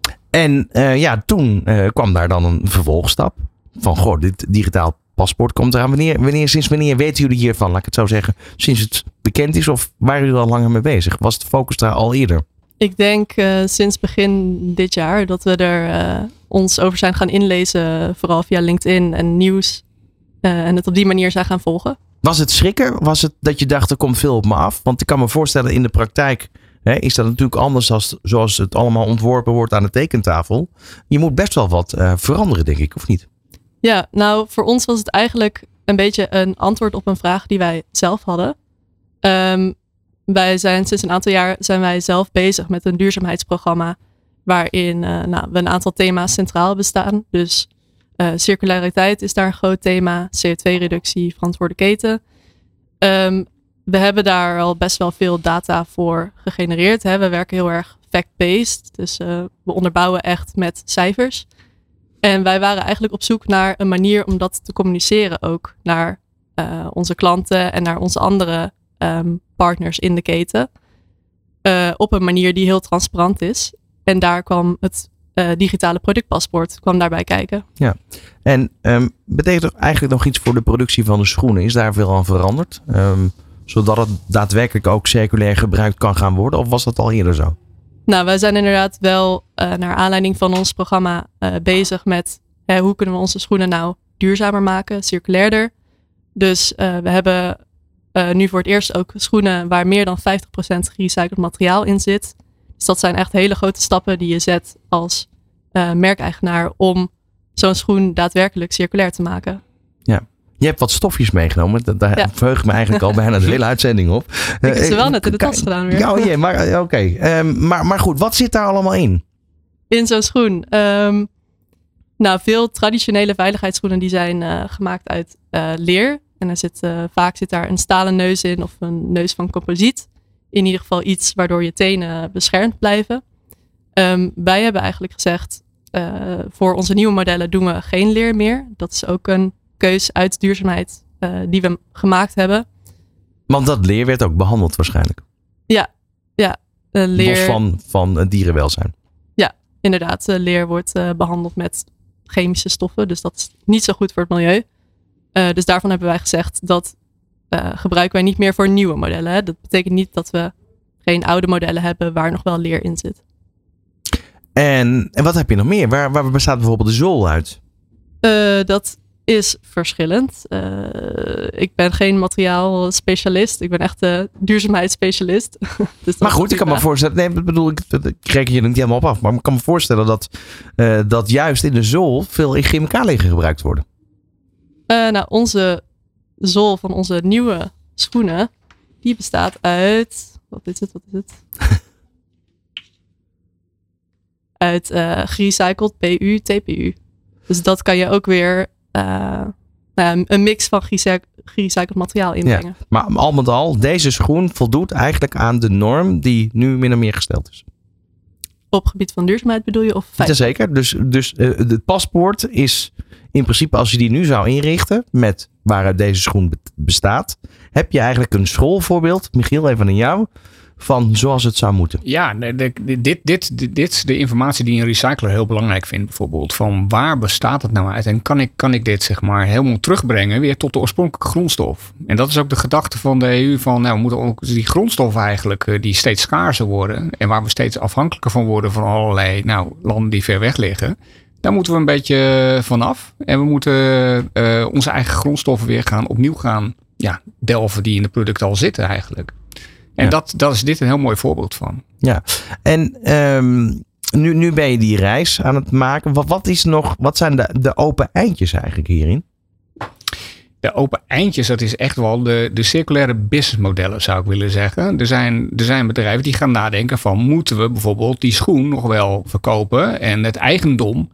En uh, ja, toen uh, kwam daar dan een vervolgstap. Van goh, dit digitaal paspoort komt eraan. Wanneer, wanneer, sinds wanneer weten jullie hiervan? Laat ik het zo zeggen. Sinds het bekend is of waren jullie er al langer mee bezig? Was het focus daar al eerder? Ik denk uh, sinds begin dit jaar dat we er uh, ons over zijn gaan inlezen. Vooral via LinkedIn en nieuws. Uh, en het op die manier zijn gaan volgen. Was het schrikken? Was het dat je dacht er komt veel op me af? Want ik kan me voorstellen in de praktijk hè, is dat natuurlijk anders als, zoals het allemaal ontworpen wordt aan de tekentafel. Je moet best wel wat uh, veranderen, denk ik, of niet? Ja, nou voor ons was het eigenlijk een beetje een antwoord op een vraag die wij zelf hadden. Um, wij zijn sinds een aantal jaar zijn wij zelf bezig met een duurzaamheidsprogramma waarin uh, nou, we een aantal thema's centraal bestaan. Dus uh, circulariteit is daar een groot thema, C O twee reductie, verantwoorde keten. Um, we hebben daar al best wel veel data voor gegenereerd. Hè. We werken heel erg fact-based, dus uh, we onderbouwen echt met cijfers. En wij waren eigenlijk op zoek naar een manier om dat te communiceren ook naar uh, onze klanten en naar onze andere um, partners in de keten. Uh, op een manier die heel transparant is. En daar kwam het uh, digitale productpaspoort kwam daarbij kijken. Ja, en um, betekent dat eigenlijk nog iets voor de productie van de schoenen? Is daar veel aan veranderd? Um, zodat het daadwerkelijk ook circulair gebruikt kan gaan worden? Of was dat al eerder zo? Nou, wij zijn inderdaad wel uh, naar aanleiding van ons programma uh, bezig met hè, hoe kunnen we onze schoenen nou duurzamer maken, circulairder. Dus uh, we hebben uh, nu voor het eerst ook schoenen waar meer dan vijftig procent gerecycled materiaal in zit. Dus dat zijn echt hele grote stappen die je zet als uh, merkeigenaar om zo'n schoen daadwerkelijk circulair te maken. Ja. Je hebt wat stofjes meegenomen. Daar ja. verheug ik me eigenlijk al bijna de hele uitzending op. Ik heb ze wel net in de tas gedaan weer. Ja, oh jee, maar oké. Okay. Um, maar, maar goed, wat zit daar allemaal in? In zo'n schoen? Um, nou, veel traditionele veiligheidsschoenen die zijn uh, gemaakt uit uh, leer. En er zit, uh, vaak zit daar een stalen neus in of een neus van composiet. In ieder geval iets waardoor je tenen beschermd blijven. Um, wij hebben eigenlijk gezegd, uh, voor onze nieuwe modellen doen we geen leer meer. Dat is ook een keus uit duurzaamheid uh, die we gemaakt hebben. Want dat leer werd ook behandeld waarschijnlijk. Ja, ja. Uh, leer... Los van, van uh, dierenwelzijn. Ja, inderdaad. Uh, leer wordt uh, behandeld met chemische stoffen. Dus dat is niet zo goed voor het milieu. Uh, dus daarvan hebben wij gezegd dat uh, gebruiken wij niet meer voor nieuwe modellen. Hè. Dat betekent niet dat we geen oude modellen hebben waar nog wel leer in zit. En, en wat heb je nog meer? Waar, waar bestaat bijvoorbeeld de zool uit? Uh, dat is verschillend. Uh, ik ben geen materiaalspecialist. Ik ben echt een duurzaamheidsspecialist. Dus maar goed, ik kan me voorstellen. Nee, ik bedoel, ik, ik reken je er niet helemaal op af. Maar ik kan me voorstellen dat, uh, dat juist in de zool veel chemicaliën gebruikt worden. Uh, nou, onze zool van onze nieuwe schoenen, die bestaat uit. Wat is het? Wat is het? uit uh, gerecycled P U, T P U. Dus dat kan je ook weer uh, nou, een mix van gerecycled materiaal inbrengen. Ja, maar al met al, deze schoen voldoet eigenlijk aan de norm die nu min of meer gesteld is. Op gebied van duurzaamheid bedoel je? Of Jazeker. Dus, dus uh, het paspoort is in principe, als je die nu zou inrichten met waaruit deze schoen bestaat, heb je eigenlijk een schoolvoorbeeld, Michiel, even aan jou, van zoals het zou moeten. Ja, de, de, dit, dit, dit, dit is de informatie die een recycler heel belangrijk vindt bijvoorbeeld. Van waar bestaat het nou uit? En kan ik, kan ik dit zeg maar helemaal terugbrengen weer tot de oorspronkelijke grondstof? En dat is ook de gedachte van de E U van nou, we moeten ook die grondstoffen eigenlijk die steeds schaarser worden. En waar we steeds afhankelijker van worden van allerlei nou, landen die ver weg liggen. Daar moeten we een beetje vanaf. En we moeten uh, onze eigen grondstoffen weer gaan opnieuw gaan ja, delven die in de producten al zitten eigenlijk. En ja. dat, dat is dit een heel mooi voorbeeld van. Ja, en um, nu, nu ben je die reis aan het maken. Wat, wat, is nog, wat zijn de, de open eindjes eigenlijk hierin? De open eindjes, dat is echt wel de, de circulaire businessmodellen zou ik willen zeggen. Er zijn, er zijn bedrijven die gaan nadenken van moeten we bijvoorbeeld die schoen nog wel verkopen en het eigendom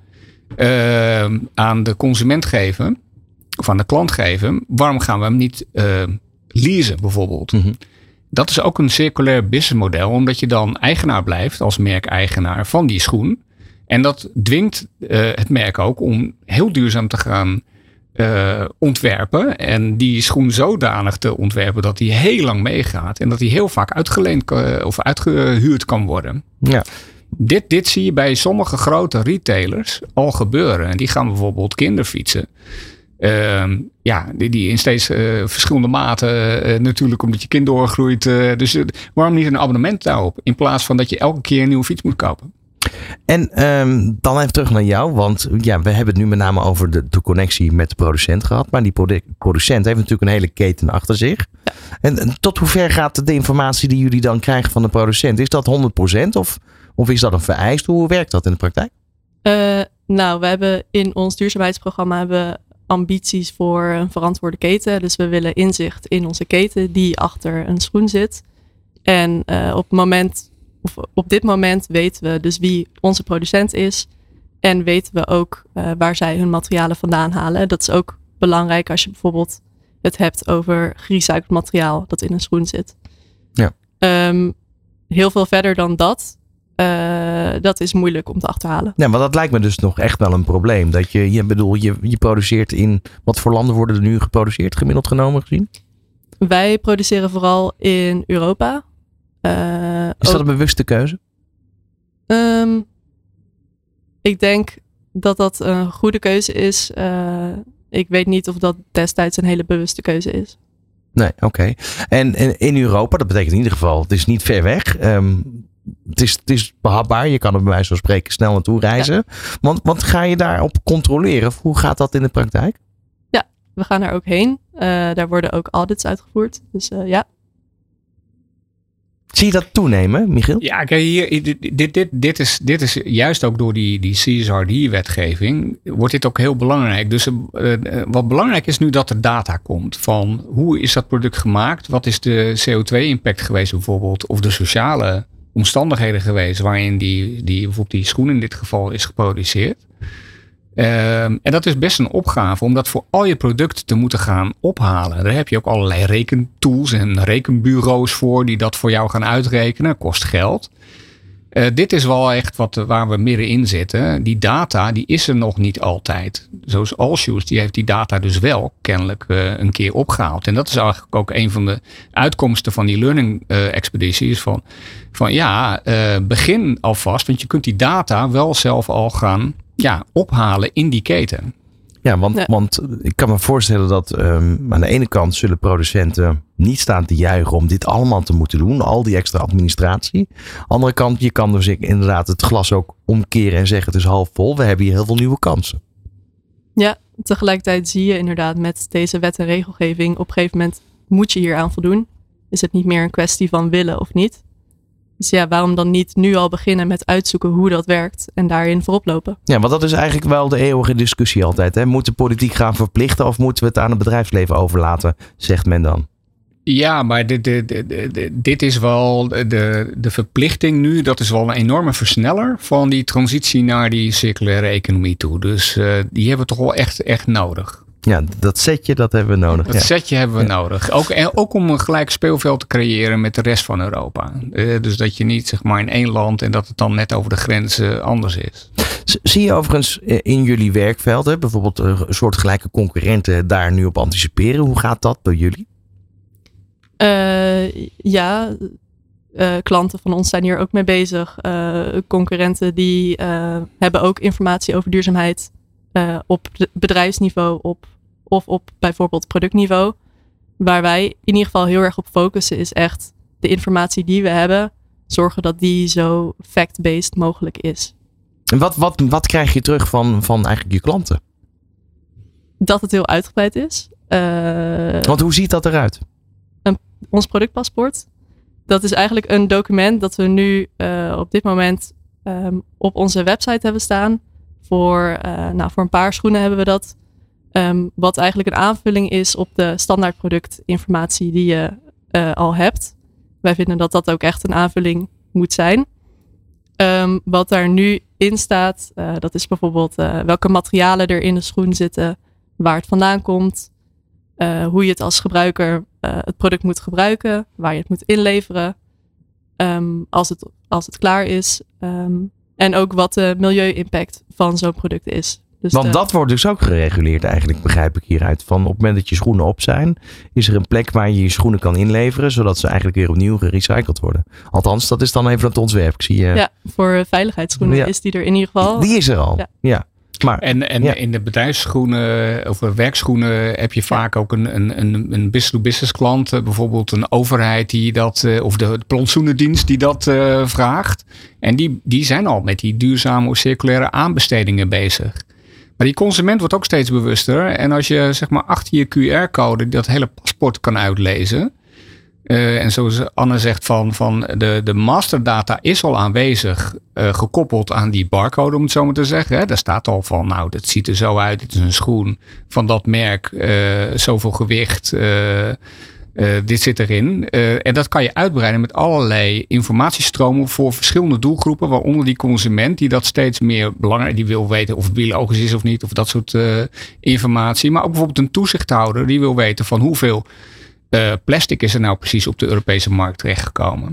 uh, aan de consument geven of aan de klant geven. Waarom gaan we hem niet uh, leasen bijvoorbeeld? Mm-hmm. Dat is ook een circulair businessmodel, omdat je dan eigenaar blijft als merkeigenaar van die schoen. En dat dwingt uh, het merk ook om heel duurzaam te gaan uh, ontwerpen. En die schoen zodanig te ontwerpen dat die heel lang meegaat. En dat die heel vaak uitgeleend uh, of uitgehuurd kan worden. Ja. Dit, dit zie je bij sommige grote retailers al gebeuren. En die gaan bijvoorbeeld kinderfietsen. Uh, ja, die, die in steeds uh, verschillende maten uh, natuurlijk omdat je kind doorgroeit. Uh, dus uh, waarom niet een abonnement daarop? In plaats van dat je elke keer een nieuwe fiets moet kopen. En um, dan even terug naar jou. Want ja, we hebben het nu met name over de, de connectie met de producent gehad. Maar die produ- producent heeft natuurlijk een hele keten achter zich. Ja. En, en tot hoever gaat de informatie die jullie dan krijgen van de producent? Is dat honderd procent of, of is dat een vereist? Hoe werkt dat in de praktijk? Uh, nou, we hebben in ons duurzaamheidsprogramma hebben ambities voor een verantwoorde keten. Dus we willen inzicht in onze keten die achter een schoen zit. En uh, op, moment, of op dit moment weten we dus wie onze producent is. En weten we ook uh, waar zij hun materialen vandaan halen. Dat is ook belangrijk als je bijvoorbeeld het hebt over gerecycled materiaal dat in een schoen zit. Ja. Um, heel veel verder dan dat. Uh, dat is moeilijk om te achterhalen. Ja, maar dat lijkt me dus nog echt wel een probleem. Dat je, je bedoel, je, je produceert in, wat voor landen worden er nu geproduceerd, gemiddeld genomen gezien? Wij produceren vooral in Europa. Uh, is dat ook een bewuste keuze? Um, ik denk dat dat een goede keuze is. Uh, ik weet niet of dat destijds een hele bewuste keuze is. Nee, oké. Okay. En, en in Europa, dat betekent in ieder geval, het is niet ver weg. Um, Het is, het is behapbaar. Je kan er bij wijze van spreken snel naartoe reizen. Ja. Want, want ga je daarop controleren? Hoe gaat dat in de praktijk? Ja, we gaan er ook heen. Uh, daar worden ook audits uitgevoerd. Dus uh, ja. Zie je dat toenemen, Michiel? Ja, kijk, hier, dit, dit, dit, dit, is, dit is juist ook door die, die C S R D-wetgeving wordt dit ook heel belangrijk. Dus uh, wat belangrijk is nu dat er data komt van hoe is dat product gemaakt? Wat is de C O twee impact geweest bijvoorbeeld? Of de sociale omstandigheden geweest waarin die, die, bijvoorbeeld die schoen in dit geval is geproduceerd. Uh, en dat is best een opgave om dat voor al je producten te moeten gaan ophalen. Daar heb je ook allerlei rekentools en rekenbureaus voor die dat voor jou gaan uitrekenen. Kost geld. Uh, dit is wel echt wat, waar we middenin zitten. Die data die is er nog niet altijd. Zoals Allshoes, die heeft die data dus wel kennelijk uh, een keer opgehaald. En dat is eigenlijk ook een van de uitkomsten van die learning uh, expedities. Van, van ja, uh, begin alvast. Want je kunt die data wel zelf al gaan ja, ophalen in die keten. Ja, want, ja. want ik kan me voorstellen dat um, aan de ene kant zullen producenten niet staan te juichen om dit allemaal te moeten doen. Al die extra administratie. Aan de andere kant, je kan dus inderdaad het glas ook omkeren en zeggen het is half vol. We hebben hier heel veel nieuwe kansen. Ja, tegelijkertijd zie je inderdaad met deze wet en regelgeving op een gegeven moment moet je hier aan voldoen. Is het niet meer een kwestie van willen of niet. Dus ja, waarom dan niet nu al beginnen met uitzoeken hoe dat werkt en daarin voorop lopen? Ja, want dat is eigenlijk wel de eeuwige discussie altijd. Hè? Moet de politiek gaan verplichten of moeten we het aan het bedrijfsleven overlaten, zegt men dan? Ja, maar dit, dit, dit, dit is wel de, de verplichting nu. Dat is wel een enorme versneller van die transitie naar die circulaire economie toe. Dus uh, die hebben we toch wel echt, echt nodig. Ja, dat setje, dat hebben we nodig. Dat ja. setje hebben we ja. nodig. Ook, ook om een gelijk speelveld te creëren met de rest van Europa. Uh, dus dat je niet zeg maar in één land en dat het dan net over de grenzen anders is. Zie je overigens in jullie werkveld, hè, bijvoorbeeld een soort gelijke concurrenten daar nu op anticiperen? Hoe gaat dat bij jullie? Uh, ja, uh, klanten van ons zijn hier ook mee bezig. Uh, concurrenten die uh, hebben ook informatie over duurzaamheid uh, op bedrijfsniveau op, of op bijvoorbeeld productniveau. Waar wij in ieder geval heel erg op focussen is echt de informatie die we hebben. Zorgen dat die zo fact-based mogelijk is. En wat, wat, wat krijg je terug van, van eigenlijk je klanten? Dat het heel uitgebreid is. Uh, Want hoe ziet dat eruit? Een, ons productpaspoort. Dat is eigenlijk een document dat we nu uh, op dit moment um, op onze website hebben staan. Voor, uh, nou, voor een paar schoenen hebben we dat. Um, wat eigenlijk een aanvulling is op de standaard productinformatie die je uh, al hebt. Wij vinden dat dat ook echt een aanvulling moet zijn. Um, wat daar nu in staat, uh, dat is bijvoorbeeld uh, welke materialen er in de schoen zitten, waar het vandaan komt, uh, hoe je het als gebruiker uh, het product moet gebruiken, waar je het moet inleveren, um, als, het, als het klaar is. Um, en ook wat de milieu-impact van zo'n product is. Dus Want de, dat wordt dus ook gereguleerd eigenlijk, begrijp ik hieruit. Van op het moment dat je schoenen op zijn, is er een plek waar je je schoenen kan inleveren, zodat ze eigenlijk weer opnieuw gerecycled worden. Althans, dat is dan even het ontwerp. Ik zie, uh, ja, voor veiligheidsschoenen ja. is die er in ieder geval. Die is er al, ja. ja. Maar, en en ja. in de bedrijfsschoenen of werkschoenen heb je vaak ook een, een, een, een business-to-business klant. Bijvoorbeeld een overheid die dat, of de plantsoenendienst die dat uh, vraagt. En die, die zijn al met die duurzame of circulaire aanbestedingen bezig. Maar die consument wordt ook steeds bewuster. En als je zeg maar achter je Q R-code dat hele paspoort kan uitlezen. Uh, en zoals Anne zegt van, van de, de masterdata is al aanwezig. Uh, gekoppeld aan die barcode om het zo maar te zeggen. Hè. Daar staat al van nou dat ziet er zo uit. Dit is een schoen van dat merk. Uh, zoveel gewicht. Uh, Uh, dit zit erin. Uh, en dat kan je uitbreiden met allerlei informatiestromen voor verschillende doelgroepen. Waaronder die consument die dat steeds meer belangrijk, die wil weten of het biologisch is of niet. Of dat soort uh, informatie. Maar ook bijvoorbeeld een toezichthouder die wil weten van hoeveel uh, plastic is er nou precies op de Europese markt terechtgekomen.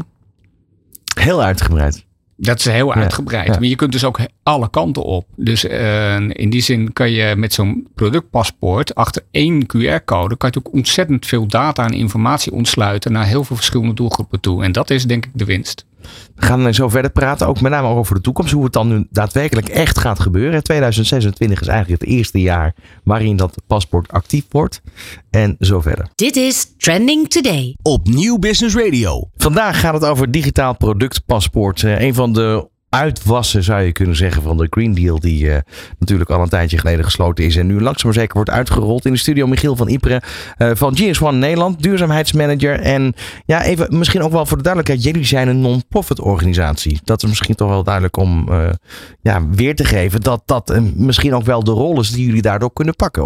Heel uitgebreid. Dat is heel ja, uitgebreid. Ja. Maar je kunt dus ook alle kanten op. Dus uh, in die zin kan je met zo'n productpaspoort achter één Q R-code kan je ook ontzettend veel data en informatie ontsluiten naar heel veel verschillende doelgroepen toe. En dat is denk ik de winst. We gaan zo verder praten, ook met name over de toekomst. Hoe het dan nu daadwerkelijk echt gaat gebeuren. tweeduizend zesentwintig is eigenlijk het eerste jaar waarin dat paspoort actief wordt. En zo verder. Dit is Trending Today op Nieuw Business Radio. Vandaag gaat het over digitaal productpaspoort. Uh, een van de uitwassen zou je kunnen zeggen van de Green Deal die uh, natuurlijk al een tijdje geleden gesloten is en nu langzaam maar zeker wordt uitgerold. In de studio Michiel van Ypres uh, van G S one Nederland, duurzaamheidsmanager. En ja, even misschien ook wel voor de duidelijkheid, jullie zijn een non-profit organisatie. Dat is misschien toch wel duidelijk om uh, ja, weer te geven dat dat uh, misschien ook wel de rol is die jullie daardoor kunnen pakken, of niet?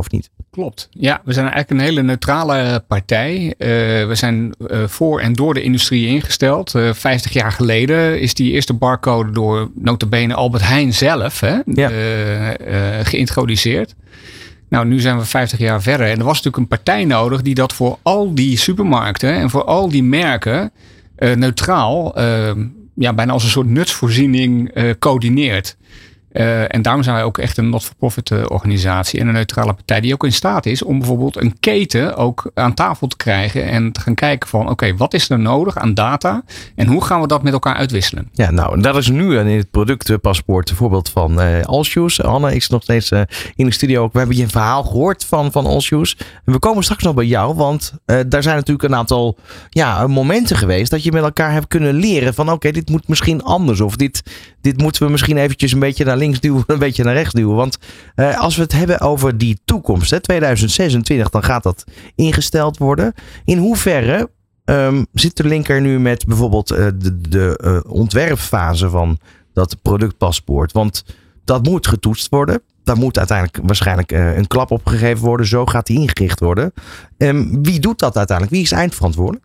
Klopt. Ja, we zijn eigenlijk een hele neutrale partij. Uh, we zijn uh, voor en door de industrie ingesteld. Uh, vijftig jaar geleden is die eerste barcode door nota bene Albert Heijn zelf hè, ja. uh, uh, geïntroduceerd. Nou, nu zijn we vijftig jaar verder. En er was natuurlijk een partij nodig die dat voor al die supermarkten en voor al die merken uh, neutraal, uh, ja, bijna als een soort nutsvoorziening uh, coördineert. Uh, en daarom zijn wij ook echt een not-for-profit uh, organisatie en een neutrale partij die ook in staat is om bijvoorbeeld een keten ook aan tafel te krijgen en te gaan kijken van oké, okay, wat is er nodig aan data en hoe gaan we dat met elkaar uitwisselen? Ja, nou, dat is nu in het productpaspoort een voorbeeld van uh, Allshoes. Anne is nog steeds uh, in de studio. We hebben je een verhaal gehoord van, van Allshoes. En we komen straks nog bij jou, want uh, daar zijn natuurlijk een aantal ja, momenten geweest dat je met elkaar hebt kunnen leren van oké, okay, dit moet misschien anders of dit, dit moeten we misschien eventjes een beetje naar links duwen, een beetje naar rechts duwen. Want uh, als we het hebben over die toekomst, hè, tweeduizend zesentwintig, dan gaat dat ingesteld worden. In hoeverre um, zit de linker nu met bijvoorbeeld uh, de, de uh, ontwerpfase van dat productpaspoort? Want dat moet getoetst worden. Daar moet uiteindelijk waarschijnlijk uh, een klap op gegeven worden. Zo gaat die ingericht worden. Um, wie doet dat uiteindelijk? Wie is eindverantwoordelijk?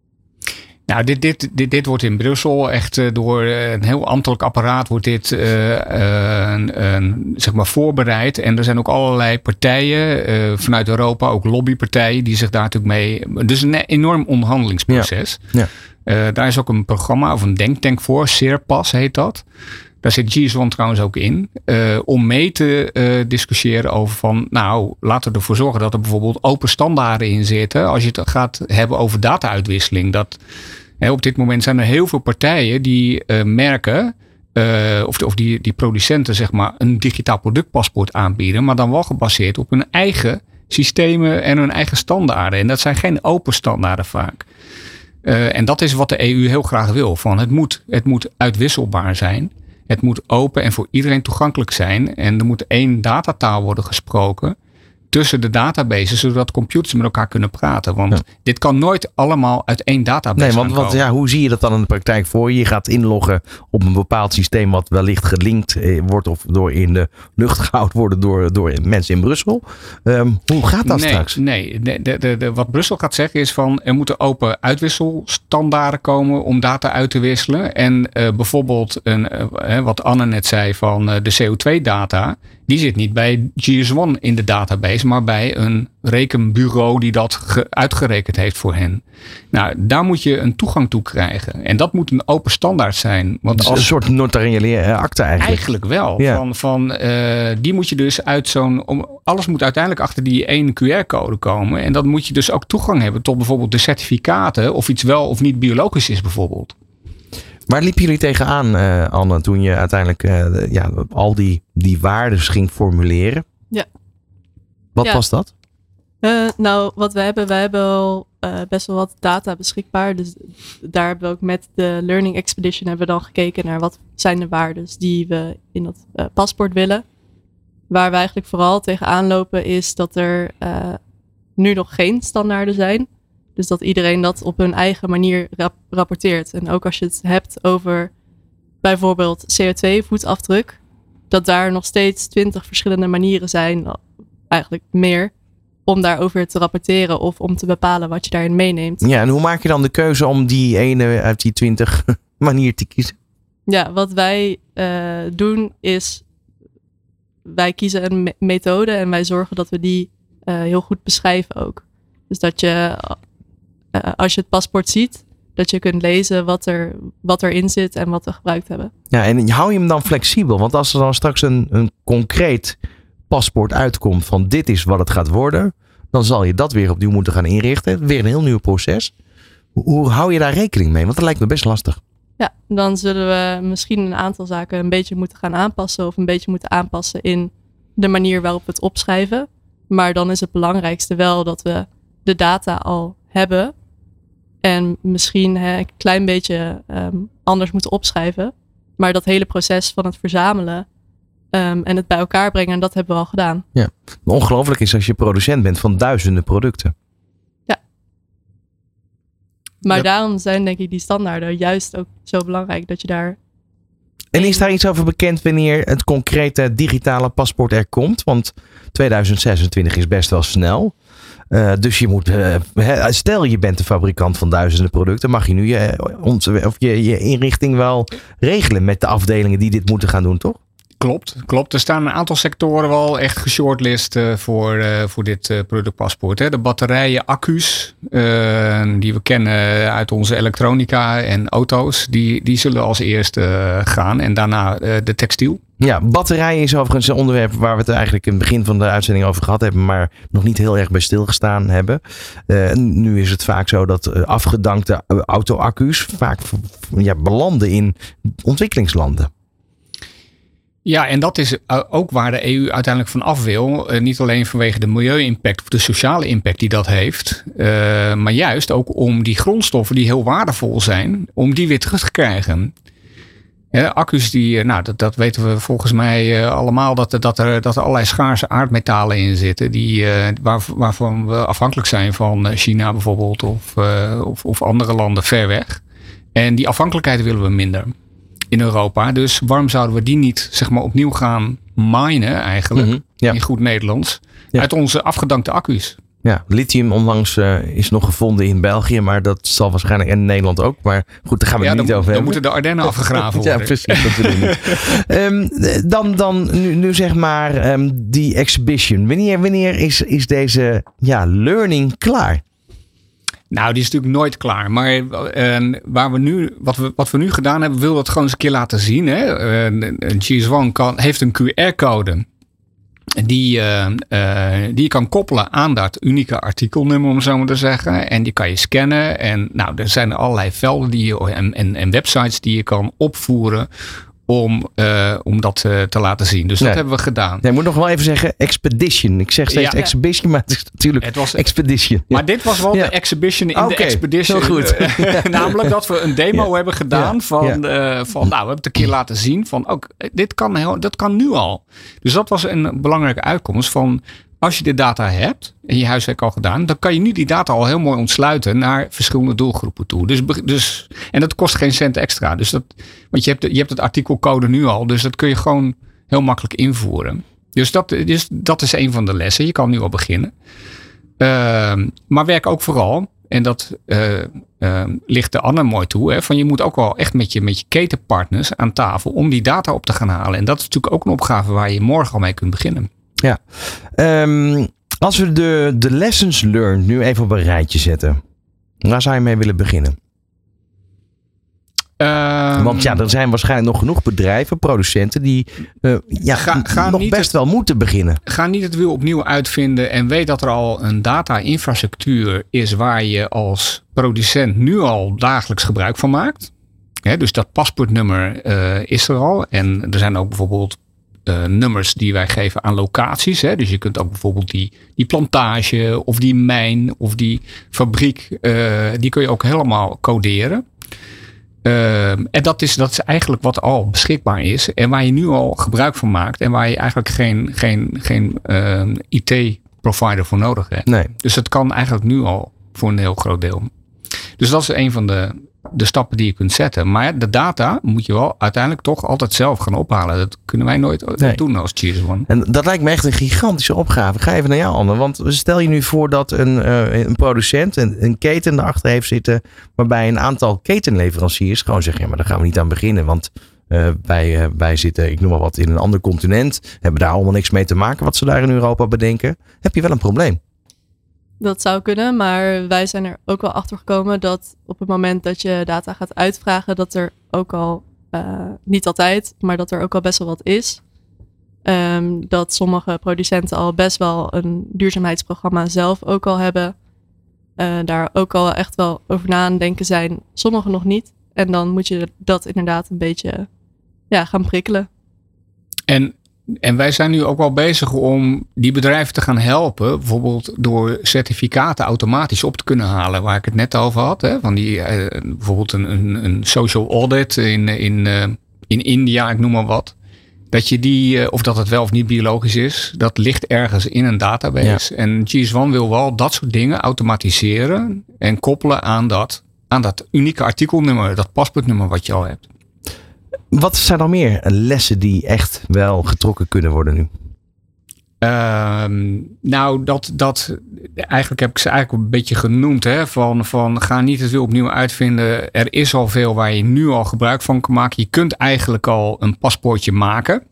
Nou, dit, dit, dit, dit wordt in Brussel echt uh, door een heel ambtelijk apparaat wordt dit uh, uh, een, een, zeg maar voorbereid. En er zijn ook allerlei partijen uh, vanuit Europa, ook lobbypartijen, die zich daar natuurlijk mee... Dus een enorm onderhandelingsproces. Ja. Ja. Uh, daar is ook een programma of een denktank voor, SEERPAS heet dat. Daar zit G S one trouwens ook in. Uh, om mee te uh, discussiëren over van... Nou, laten we ervoor zorgen dat er bijvoorbeeld open standaarden in zitten. Als je het gaat hebben over data-uitwisseling. Dat, hè, op dit moment zijn er heel veel partijen die uh, merken... Uh, of, de, of die, die producenten zeg maar een digitaal productpaspoort aanbieden. Maar dan wel gebaseerd op hun eigen systemen en hun eigen standaarden. En dat zijn geen open standaarden vaak. Uh, en dat is wat de E U heel graag wil. Van het, moet, het moet uitwisselbaar zijn. Het moet open en voor iedereen toegankelijk zijn. En er moet één datataal worden gesproken tussen de databases, zodat computers met elkaar kunnen praten. Want ja. dit kan nooit allemaal uit één database Nee, want, want ja, hoe zie je dat dan in de praktijk voor je? Je gaat inloggen op een bepaald systeem wat wellicht gelinkt eh, wordt of door in de lucht gehouden worden door, door mensen in Brussel. Um, hoe gaat dat nee, straks? Nee, de, de, de, de, wat Brussel gaat zeggen is van er moeten open uitwisselstandaarden komen om data uit te wisselen. En uh, bijvoorbeeld een, uh, wat Anne net zei van uh, de C O twee data, die zit niet bij G S one in de database, maar bij een rekenbureau die dat ge- uitgerekend heeft voor hen. Nou, daar moet je een toegang toe krijgen. En dat moet een open standaard zijn. Want dus als, een soort notariële akte eigenlijk. Eigenlijk wel. Ja. Van, van, uh, die moet je dus uit zo'n... Om, alles moet uiteindelijk achter die één Q R-code komen. En dan moet je dus ook toegang hebben tot bijvoorbeeld de certificaten, of iets wel of niet biologisch is bijvoorbeeld. Waar liepen jullie tegenaan, uh, Anne, toen je uiteindelijk uh, ja, al die, die waarden ging formuleren? Ja. Wat ja. was dat? Uh, nou, wat we hebben, wij hebben al uh, best wel wat data beschikbaar. Dus daar hebben we ook met de Learning Expedition hebben we dan gekeken naar wat zijn de waarden die we in dat uh, paspoort willen. Waar we eigenlijk vooral tegenaan lopen is dat er uh, nu nog geen standaarden zijn. Dus dat iedereen dat op hun eigen manier rap- rapporteert. En ook als je het hebt over bijvoorbeeld C O twee voetafdruk. Dat daar nog steeds twintig verschillende manieren zijn, eigenlijk meer, om daarover te rapporteren of om te bepalen wat je daarin meeneemt. Ja, en hoe maak je dan de keuze om die ene uit die twintig manier te kiezen? Ja, wat wij uh, doen is, wij kiezen een me- methode en wij zorgen dat we die uh, heel goed beschrijven ook. Dus dat je, uh, als je het paspoort ziet, dat je kunt lezen wat, er, wat erin zit en wat we gebruikt hebben. Ja, en hou je hem dan flexibel? Want als er dan straks een, een concreet paspoort uitkomt van dit is wat het gaat worden, dan zal je dat weer opnieuw moeten gaan inrichten. Weer een heel nieuw proces. Hoe, hoe hou je daar rekening mee? Want dat lijkt me best lastig. Ja, dan zullen we misschien een aantal zaken een beetje moeten gaan aanpassen of een beetje moeten aanpassen in de manier waarop we het opschrijven. Maar dan is het belangrijkste wel dat we de data al hebben en misschien hè, een klein beetje um, anders moeten opschrijven. Maar dat hele proces van het verzamelen um, en het bij elkaar brengen, dat hebben we al gedaan. Ja, ongelooflijk is als je producent bent van duizenden producten. Ja. Maar ja. daarom zijn denk ik die standaarden juist ook zo belangrijk dat je daar En is daar iets over bekend wanneer het concrete digitale paspoort er komt? Want tweeduizend zesentwintig is best wel snel. Uh, dus je moet, uh, stel je bent de fabrikant van duizenden producten, mag je nu je, of je, je inrichting wel regelen met de afdelingen die dit moeten gaan doen, toch? Klopt, klopt. Er staan een aantal sectoren wel echt geshortlist uh, voor, uh, voor dit uh, productpaspoort. Hè. De batterijen, accu's, uh, die we kennen uit onze elektronica en auto's, die, die zullen als eerste uh, gaan. En daarna uh, de textiel. Ja, batterijen is overigens een onderwerp waar we het eigenlijk in het begin van de uitzending over gehad hebben, maar nog niet heel erg bij stilgestaan hebben. Uh, nu is het vaak zo dat uh, afgedankte auto-accu's vaak ja, belanden in ontwikkelingslanden. Ja, en dat is ook waar de E U uiteindelijk van af wil. Uh, niet alleen vanwege de milieu-impact of de sociale impact die dat heeft. Uh, maar juist ook om die grondstoffen die heel waardevol zijn, om die weer terug te krijgen. Ja, accu's, die, nou, dat, dat weten we volgens mij uh, allemaal, dat, dat, er, dat er allerlei schaarse aardmetalen in zitten. Die, uh, waar, waarvan we afhankelijk zijn van China bijvoorbeeld of, uh, of, of andere landen ver weg. En die afhankelijkheid willen we minder in Europa. Dus waarom zouden we die niet zeg maar opnieuw gaan minen eigenlijk, mm-hmm, ja. in goed Nederlands, ja. uit onze afgedankte accu's. Ja, lithium onlangs uh, is nog gevonden in België, maar dat zal waarschijnlijk in Nederland ook. Maar goed, daar gaan we ja, het niet dan, over dan hebben. Dan moeten de Ardennen afgegraven worden. Ja, precies. Dat bedoel ik. um, dan dan nu, nu zeg maar um, die exhibition. Wanneer, wanneer is, is deze ja, learning klaar? Nou, die is natuurlijk nooit klaar. Maar uh, waar we nu, wat, we, wat we nu gedaan hebben, wil dat gewoon eens een keer laten zien. Hè? Uh, G S one kan, heeft een Q R-code. Die, uh, uh, die je kan koppelen aan dat unieke artikelnummer, om zo maar te zeggen. En die kan je scannen. En nou, er zijn allerlei velden die je, en, en, en websites die je kan opvoeren om, uh, om dat uh, te laten zien. Dus nee. dat hebben we gedaan. Nee, ik moet nog wel even zeggen Expedition. Ik zeg steeds ja. Exhibition, maar het is natuurlijk het was, Expedition. Maar ja. dit was wel ja. de Exhibition in okay. de Expedition. Heel goed. Namelijk dat we een demo ja. hebben gedaan ja. van, ja. uh, van, nou, we hebben het een keer laten zien van, ook, dit kan heel, dat kan nu al. Dus dat was een belangrijke uitkomst van, als je de data hebt en je huiswerk al gedaan, dan kan je nu die data al heel mooi ontsluiten naar verschillende doelgroepen toe. Dus, dus, en dat kost geen cent extra. Dus dat, want je hebt, je hebt het artikelcode nu al, dus dat kun je gewoon heel makkelijk invoeren. Dus dat, dus dat is een van de lessen. Je kan nu al beginnen. Uh, maar werk ook vooral, en dat uh, uh, ligt de Anne mooi toe, hè, van je moet ook wel echt met je, met je ketenpartners aan tafel om die data op te gaan halen. En dat is natuurlijk ook een opgave waar je morgen al mee kunt beginnen. Ja, um, als we de, de lessons learned nu even op een rijtje zetten. Waar zou je mee willen beginnen? Um, Want ja, er zijn waarschijnlijk nog genoeg bedrijven, producenten die uh, ja, ga, ga nog best het, wel moeten beginnen. Ga niet het wiel opnieuw uitvinden en weet dat er al een data-infrastructuur is waar je als producent nu al dagelijks gebruik van maakt. He, dus dat paspoortnummer uh, is er al. En er zijn ook bijvoorbeeld Uh, nummers die wij geven aan locaties. Hè? Dus je kunt ook bijvoorbeeld die, die plantage of die mijn of die fabriek, uh, die kun je ook helemaal coderen. Uh, en dat is, dat is eigenlijk wat al beschikbaar is en waar je nu al gebruik van maakt en waar je eigenlijk geen, geen, geen uh, I T-provider voor nodig hebt. Nee. Dus dat kan eigenlijk nu al voor een heel groot deel. Dus dat is een van de de stappen die je kunt zetten. Maar de data moet je wel uiteindelijk toch altijd zelf gaan ophalen. Dat kunnen wij nooit nee. doen als G S one. En dat lijkt me echt een gigantische opgave. Ga even naar jou, Anne. Want stel je nu voor dat een, uh, een producent een, een keten erachter heeft zitten, waarbij een aantal ketenleveranciers gewoon zeggen, ja, maar daar gaan we niet aan beginnen. Want uh, wij, uh, wij zitten, ik noem maar wat, in een ander continent. Hebben daar allemaal niks mee te maken wat ze daar in Europa bedenken. Heb je wel een probleem. Dat zou kunnen, maar wij zijn er ook wel achter gekomen dat op het moment dat je data gaat uitvragen, dat er ook al, uh, niet altijd, maar dat er ook al best wel wat is. Um, dat sommige producenten al best wel een duurzaamheidsprogramma zelf ook al hebben. Uh, daar ook al echt wel over na aan denken zijn, sommigen nog niet. En dan moet je dat inderdaad een beetje ja, gaan prikkelen. En En wij zijn nu ook wel bezig om die bedrijven te gaan helpen. Bijvoorbeeld door certificaten automatisch op te kunnen halen. Waar ik het net over had. Hè? Van die, uh, bijvoorbeeld een, een, een social audit in, in, uh, in India, ik noem maar wat. Dat je die, uh, of dat het wel of niet biologisch is. Dat ligt ergens in een database. Ja. En G S one wil wel dat soort dingen automatiseren. En koppelen aan dat, aan dat unieke artikelnummer. Dat paspoortnummer wat je al hebt. Wat zijn dan meer lessen die echt wel getrokken kunnen worden nu? Uh, nou, dat, dat eigenlijk heb ik ze eigenlijk een beetje genoemd. Hè, van, van ga niet het wiel opnieuw uitvinden. Er is al veel waar je nu al gebruik van kan maken. Je kunt eigenlijk al een paspoortje maken.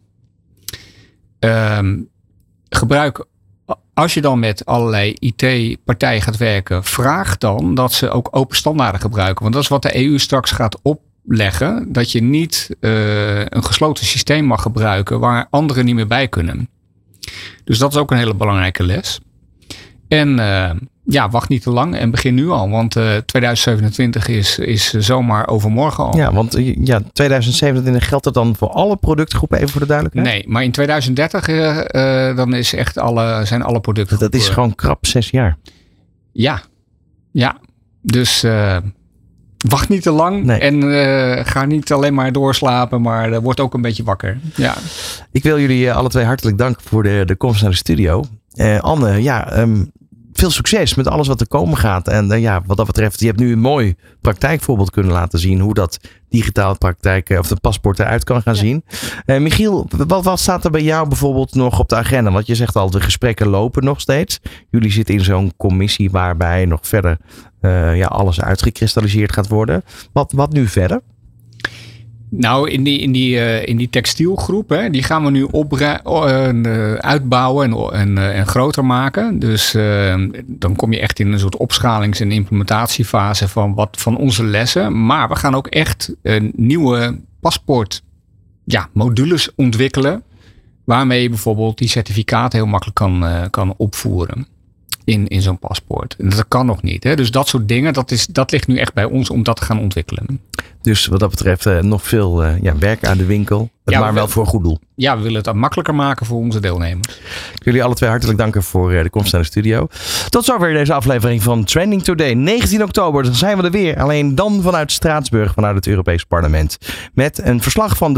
Uh, gebruik, als je dan met allerlei I T-partijen gaat werken, vraag dan dat ze ook open standaarden gebruiken. Want dat is wat de E U straks gaat opleggen. Dat je niet uh, een gesloten systeem mag gebruiken waar anderen niet meer bij kunnen. Dus dat is ook een hele belangrijke les. En uh, ja, wacht niet te lang en begin nu al. Want uh, tweeduizend zevenentwintig is, is zomaar overmorgen al. Ja, want ja, tweeduizend zevenentwintig geldt dat dan voor alle productgroepen, even voor de duidelijkheid? Nee, maar in tweeduizend dertig uh, uh, dan is echt alle, zijn alle producten. Dat is gewoon krap zes jaar. Ja, ja. Dus uh, wacht niet te lang nee. en uh, ga niet alleen maar doorslapen, maar uh, word ook een beetje wakker. Ja. Ik wil jullie uh, alle twee hartelijk danken voor de, de komst naar de studio. Uh, Anne, ja, um, veel succes met alles wat er komen gaat. En uh, ja, wat dat betreft, je hebt nu een mooi praktijkvoorbeeld kunnen laten zien hoe dat digitaal praktijk of de paspoort eruit kan gaan ja. zien. Uh, Michiel, wat, wat staat er bij jou bijvoorbeeld nog op de agenda? Want je zegt al, de gesprekken lopen nog steeds. Jullie zitten in zo'n commissie waarbij nog verder uh, ja, alles uitgekristalliseerd gaat worden. Wat, wat nu verder? Nou, in die, in die, uh, in die textielgroep, hè, die gaan we nu opbra- uh, uitbouwen en, en, uh, en groter maken. Dus uh, dan kom je echt in een soort opschalings- en implementatiefase van, wat, van onze lessen. Maar we gaan ook echt uh, nieuwe paspoort ja, modules ontwikkelen. Waarmee je bijvoorbeeld die certificaten heel makkelijk kan, uh, kan opvoeren. In, in zo'n paspoort. En dat kan nog niet. Hè? Dus dat soort dingen, dat, is, dat ligt nu echt bij ons om dat te gaan ontwikkelen. Dus wat dat betreft uh, nog veel uh, ja, werk aan de winkel. Ja, maar wel voor een goed doel. Ja, we willen het makkelijker maken voor onze deelnemers. Ik wil jullie alle twee hartelijk danken voor uh, de komst naar de studio. Tot zover deze aflevering van Trending Today. negentien oktober, dan zijn we er weer. Alleen dan vanuit Straatsburg, vanuit het Europees Parlement. Met een verslag van de